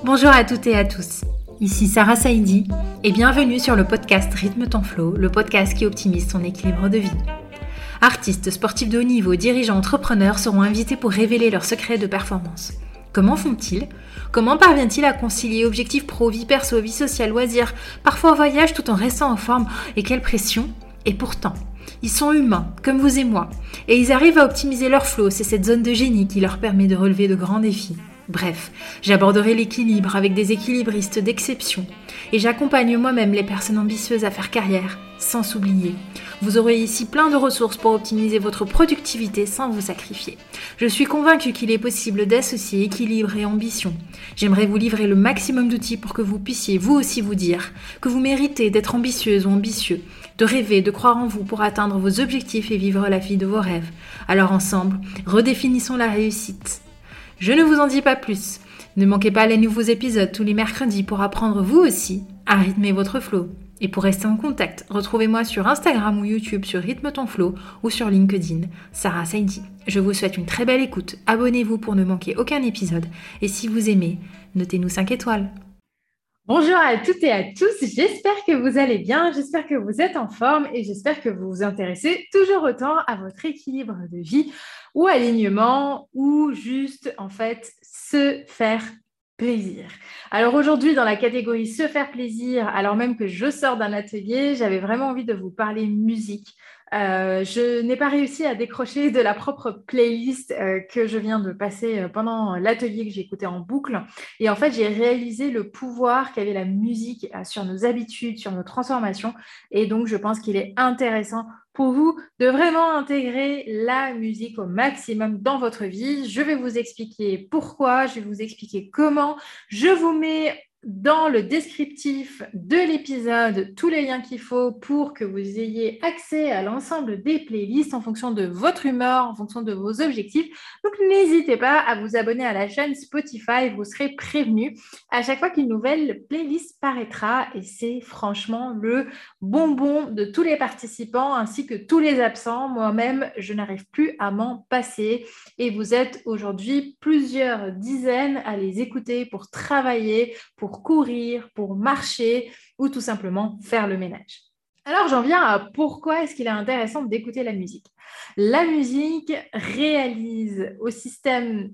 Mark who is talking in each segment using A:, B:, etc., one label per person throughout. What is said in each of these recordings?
A: Bonjour à toutes et à tous, ici Sarah Saïdi et bienvenue sur le podcast Rythme ton flow, le podcast qui optimise ton équilibre de vie. Artistes, sportifs de haut niveau, dirigeants, entrepreneurs seront invités pour révéler leurs secrets de performance. Comment font-ils ? Comment parviennent-ils à concilier objectifs pro, vie perso, vie sociale, loisirs, parfois voyage tout en restant en forme ? Et quelle pression ? Et pourtant, ils sont humains, comme vous et moi, et ils arrivent à optimiser leur flow, c'est cette zone de génie qui leur permet de relever de grands défis. Bref, j'aborderai l'équilibre avec des équilibristes d'exception et j'accompagne moi-même les personnes ambitieuses à faire carrière sans s'oublier. Vous aurez ici plein de ressources pour optimiser votre productivité sans vous sacrifier. Je suis convaincue qu'il est possible d'associer équilibre et ambition. J'aimerais vous livrer le maximum d'outils pour que vous puissiez vous aussi vous dire que vous méritez d'être ambitieuse ou ambitieux, de rêver, de croire en vous pour atteindre vos objectifs et vivre la vie de vos rêves. Alors ensemble, redéfinissons la réussite. Je ne vous en dis pas plus. Ne manquez pas les nouveaux épisodes tous les mercredis pour apprendre vous aussi à rythmer votre flow. Et pour rester en contact, retrouvez-moi sur Instagram ou YouTube sur Rythme ton flow ou sur LinkedIn, Sarah Saïdi. Je vous souhaite une très belle écoute. Abonnez-vous pour ne manquer aucun épisode. Et si vous aimez, notez-nous 5 étoiles. Bonjour à toutes et à tous, j'espère que vous allez bien, j'espère que vous êtes en forme et j'espère que vous vous intéressez toujours autant à votre équilibre de vie ou alignement ou juste en fait se faire plaisir. Alors aujourd'hui dans la catégorie se faire plaisir, alors même que je sors d'un atelier, j'avais vraiment envie de vous parler musique. Je n'ai pas réussi à décrocher de la propre playlist que je viens de passer pendant l'atelier que j'ai écouté en boucle. Et en fait, j'ai réalisé le pouvoir qu'avait la musique sur nos habitudes, sur nos transformations. Et donc, je pense qu'il est intéressant pour vous de vraiment intégrer la musique au maximum dans votre vie. Je vais vous expliquer pourquoi, je vais vous expliquer comment. Je vous mets dans le descriptif de l'épisode tous les liens qu'il faut pour que vous ayez accès à l'ensemble des playlists en fonction de votre humeur, en fonction de vos objectifs. Donc, n'hésitez pas à vous abonner à la chaîne Spotify, vous serez prévenus à chaque fois qu'une nouvelle playlist paraîtra et c'est franchement le bonbon de tous les participants ainsi que tous les absents. Moi-même, je n'arrive plus à m'en passer et vous êtes aujourd'hui plusieurs dizaines à les écouter pour travailler, pour courir, pour marcher ou tout simplement faire le ménage. Alors, j'en viens à pourquoi est-ce qu'il est intéressant d'écouter la musique. La musique réalise au système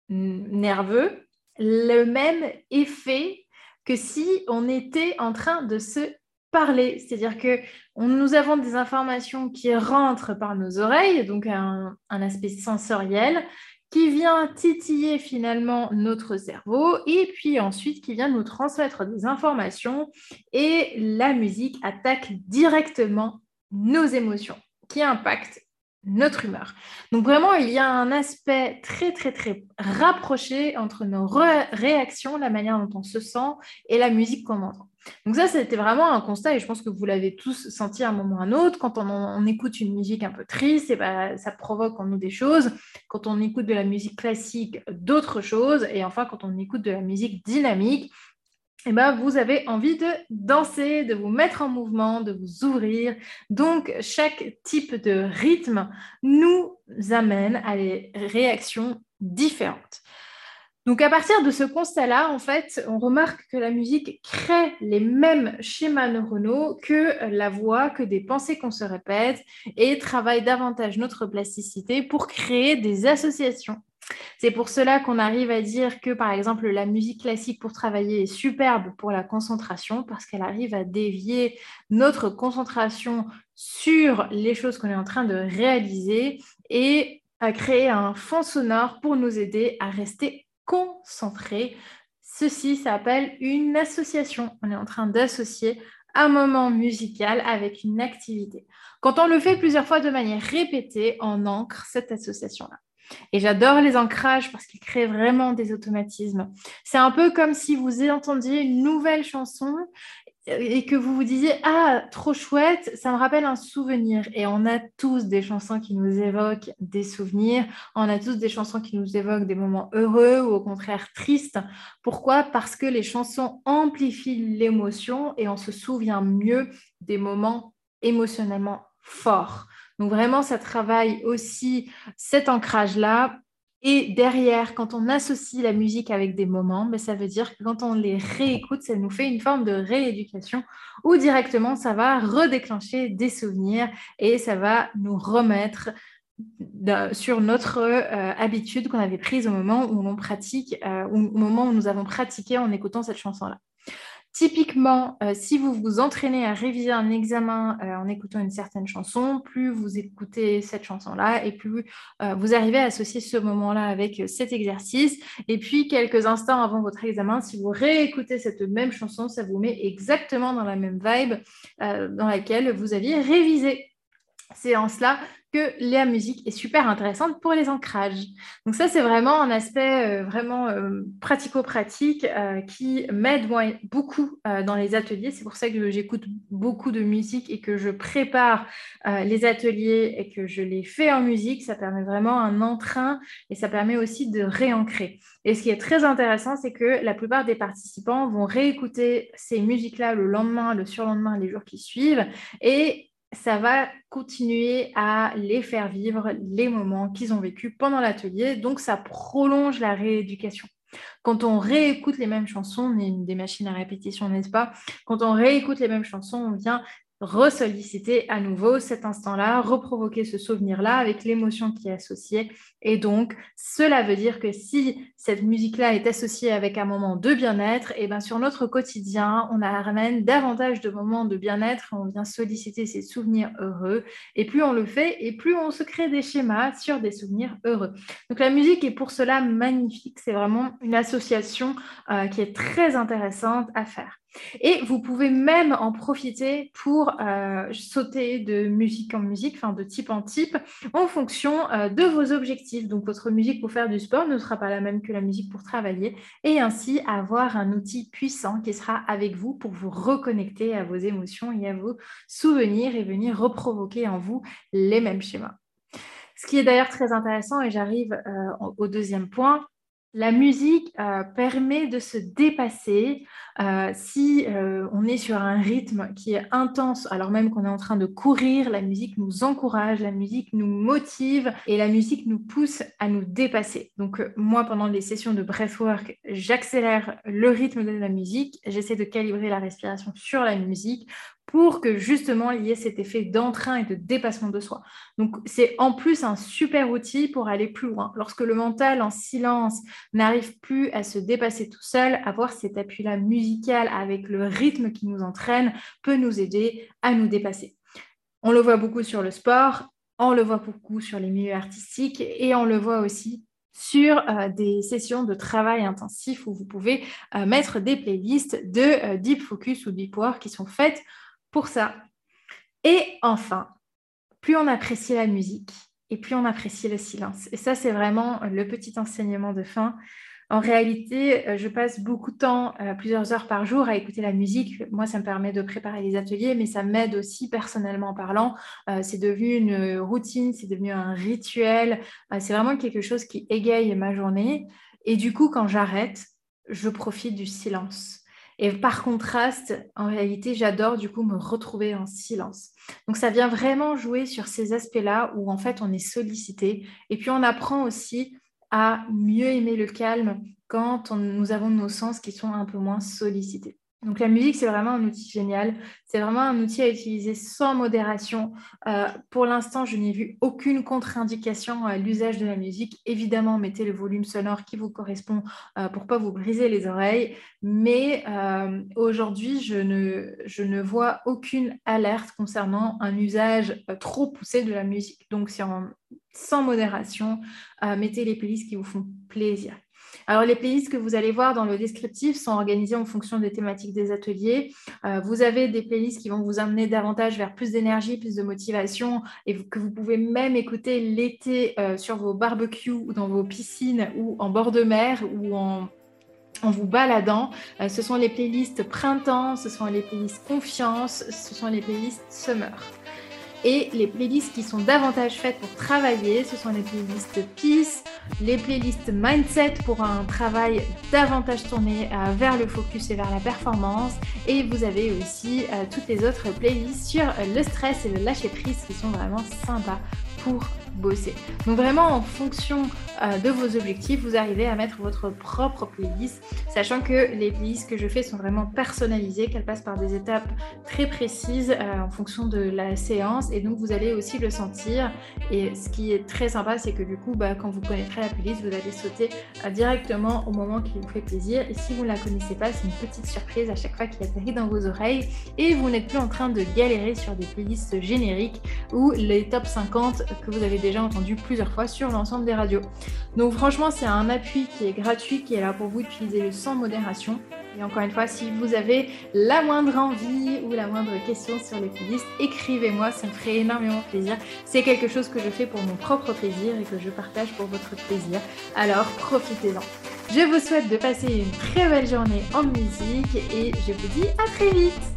A: nerveux le même effet que si on était en train de se parler. C'est-à-dire que nous avons des informations qui rentrent par nos oreilles, donc un aspect sensoriel, qui vient titiller finalement notre cerveau et puis ensuite qui vient nous transmettre des informations et la musique attaque directement nos émotions qui impactent notre humeur. Donc vraiment, il y a un aspect très, très, très rapproché entre nos réactions, la manière dont on se sent et la musique qu'on entend. Donc ça, c'était vraiment un constat et je pense que vous l'avez tous senti à un moment ou à un autre. Quand on écoute une musique un peu triste, et ben, ça provoque en nous des choses. Quand on écoute de la musique classique, d'autres choses. Et enfin, quand on écoute de la musique dynamique, et ben, vous avez envie de danser, de vous mettre en mouvement, de vous ouvrir. Donc, chaque type de rythme nous amène à des réactions différentes. Donc, à partir de ce constat-là, en fait, on remarque que la musique crée les mêmes schémas neuronaux que la voix, que des pensées qu'on se répète et travaille davantage notre plasticité pour créer des associations. C'est pour cela qu'on arrive à dire que, par exemple, la musique classique pour travailler est superbe pour la concentration parce qu'elle arrive à dévier notre concentration sur les choses qu'on est en train de réaliser et à créer un fond sonore pour nous aider à rester concentré. Ceci s'appelle une association. On est en train d'associer un moment musical avec une activité. Quand on le fait plusieurs fois de manière répétée, on ancre cette association-là. Et j'adore les ancrages parce qu'ils créent vraiment des automatismes. C'est un peu comme si vous entendiez une nouvelle chanson et que vous vous disiez « Ah, trop chouette, ça me rappelle un souvenir ». Et on a tous des chansons qui nous évoquent des souvenirs. On a tous des chansons qui nous évoquent des moments heureux ou au contraire tristes. Pourquoi ? Parce que les chansons amplifient l'émotion et on se souvient mieux des moments émotionnellement forts. Donc vraiment, ça travaille aussi cet ancrage-là Et derrière, quand on associe la musique avec des moments, ben, ça veut dire que quand on les réécoute, ça nous fait une forme de rééducation ou directement, ça va redéclencher des souvenirs et ça va nous remettre sur notre habitude qu'on avait prise au moment où l'on pratique, ou au moment où nous avons pratiqué en écoutant cette chanson-là. Typiquement, si vous vous entraînez à réviser un examen en écoutant une certaine chanson, plus vous écoutez cette chanson-là et plus vous arrivez à associer ce moment-là avec cet exercice. Et puis, quelques instants avant votre examen, si vous réécoutez cette même chanson, ça vous met exactement dans la même vibe dans laquelle vous aviez révisé. C'est en cela que la musique est super intéressante pour les ancrages. Donc ça, c'est vraiment un aspect vraiment pratico-pratique qui m'aide moi beaucoup dans les ateliers. C'est pour ça que j'écoute beaucoup de musique et que je prépare les ateliers et que je les fais en musique. Ça permet vraiment un entrain et ça permet aussi de réancrer. Et ce qui est très intéressant, c'est que la plupart des participants vont réécouter ces musiques-là le lendemain, le surlendemain, les jours qui suivent et ça va continuer à les faire vivre les moments qu'ils ont vécus pendant l'atelier. Donc, ça prolonge la rééducation. Quand on réécoute les mêmes chansons, on est des machines à répétition, n'est-ce pas? Quand on réécoute les mêmes chansons, on vient ressolliciter à nouveau cet instant-là, reprovoquer ce souvenir-là avec l'émotion qui est associée. Et donc, cela veut dire que si cette musique-là est associée avec un moment de bien-être, et bien sur notre quotidien, on ramène davantage de moments de bien-être, on vient solliciter ces souvenirs heureux. Et plus on le fait, et plus on se crée des schémas sur des souvenirs heureux. Donc la musique est pour cela magnifique. C'est vraiment une association qui est très intéressante à faire. Et vous pouvez même en profiter pour sauter de musique en musique, enfin de type en type, en fonction de vos objectifs. Donc votre musique pour faire du sport ne sera pas la même que la musique pour travailler et ainsi avoir un outil puissant qui sera avec vous pour vous reconnecter à vos émotions et à vos souvenirs et venir reprovoquer en vous les mêmes schémas. Ce qui est d'ailleurs très intéressant, et j'arrive au deuxième point, la musique permet de se dépasser si on est sur un rythme qui est intense, alors même qu'on est en train de courir, la musique nous encourage, la musique nous motive et la musique nous pousse à nous dépasser. Donc moi, pendant les sessions de breathwork, j'accélère le rythme de la musique, j'essaie de calibrer la respiration sur la musique pour que justement il y ait cet effet d'entrain et de dépassement de soi. Donc c'est en plus un super outil pour aller plus loin. Lorsque le mental en silence n'arrive plus à se dépasser tout seul, avoir cet appui-là musical avec le rythme qui nous entraîne peut nous aider à nous dépasser. On le voit beaucoup sur le sport, on le voit beaucoup sur les milieux artistiques et on le voit aussi sur des sessions de travail intensif où vous pouvez mettre des playlists de Deep Focus ou Deep Work qui sont faites pour ça. Et enfin, plus on apprécie la musique et plus on apprécie le silence. Et ça, c'est vraiment le petit enseignement de fin. En réalité, je passe beaucoup de temps, plusieurs heures par jour, à écouter la musique. Moi, ça me permet de préparer les ateliers, mais ça m'aide aussi personnellement parlant. C'est devenu une routine, c'est devenu un rituel. C'est vraiment quelque chose qui égaye ma journée. Et du coup, quand j'arrête, je profite du silence. Et par contraste, en réalité, j'adore du coup me retrouver en silence. Donc ça vient vraiment jouer sur ces aspects-là où en fait on est sollicité. Et puis on apprend aussi à mieux aimer le calme quand nous avons nos sens qui sont un peu moins sollicités. Donc la musique, c'est vraiment un outil génial. C'est vraiment un outil à utiliser sans modération. Pour l'instant, je n'ai vu aucune contre-indication à l'usage de la musique. Évidemment, mettez le volume sonore qui vous correspond pour ne pas vous briser les oreilles. Mais aujourd'hui, je ne vois aucune alerte concernant un usage trop poussé de la musique. Donc, sans modération, mettez les playlists qui vous font plaisir. Alors, les playlists que vous allez voir dans le descriptif sont organisées en fonction des thématiques des ateliers. Vous avez des playlists qui vont vous amener davantage vers plus d'énergie, plus de motivation et que vous pouvez même écouter l'été sur vos barbecues ou dans vos piscines ou en bord de mer ou en vous baladant. Ce sont les playlists printemps, ce sont les playlists confiance, ce sont les playlists summer. Et les playlists qui sont davantage faites pour travailler, ce sont les playlists peace, les playlists mindset pour un travail davantage tourné vers le focus et vers la performance. Et vous avez aussi toutes les autres playlists sur le stress et le lâcher prise qui sont vraiment sympas pour bosser. Donc vraiment en fonction de vos objectifs, vous arrivez à mettre votre propre playlist, sachant que les playlists que je fais sont vraiment personnalisées, qu'elles passent par des étapes très précises en fonction de la séance, et donc vous allez aussi le sentir. Et ce qui est très sympa, c'est que du coup, quand vous connaîtrez la playlist, vous allez sauter directement au moment qui vous fait plaisir. Et si vous ne la connaissez pas, c'est une petite surprise à chaque fois qui atterrit dans vos oreilles, et vous n'êtes plus en train de galérer sur des playlists génériques ou les top 50 que vous avez déjà entendu plusieurs fois sur l'ensemble des radios. Donc franchement, c'est un appui qui est gratuit, qui est là pour vous, utilisez-le sans modération. Et encore une fois, si vous avez la moindre envie ou la moindre question sur les playlists, écrivez-moi, ça me ferait énormément plaisir. C'est quelque chose que je fais pour mon propre plaisir et que je partage pour votre plaisir. Alors profitez-en. Je vous souhaite de passer une très belle journée en musique et je vous dis à très vite.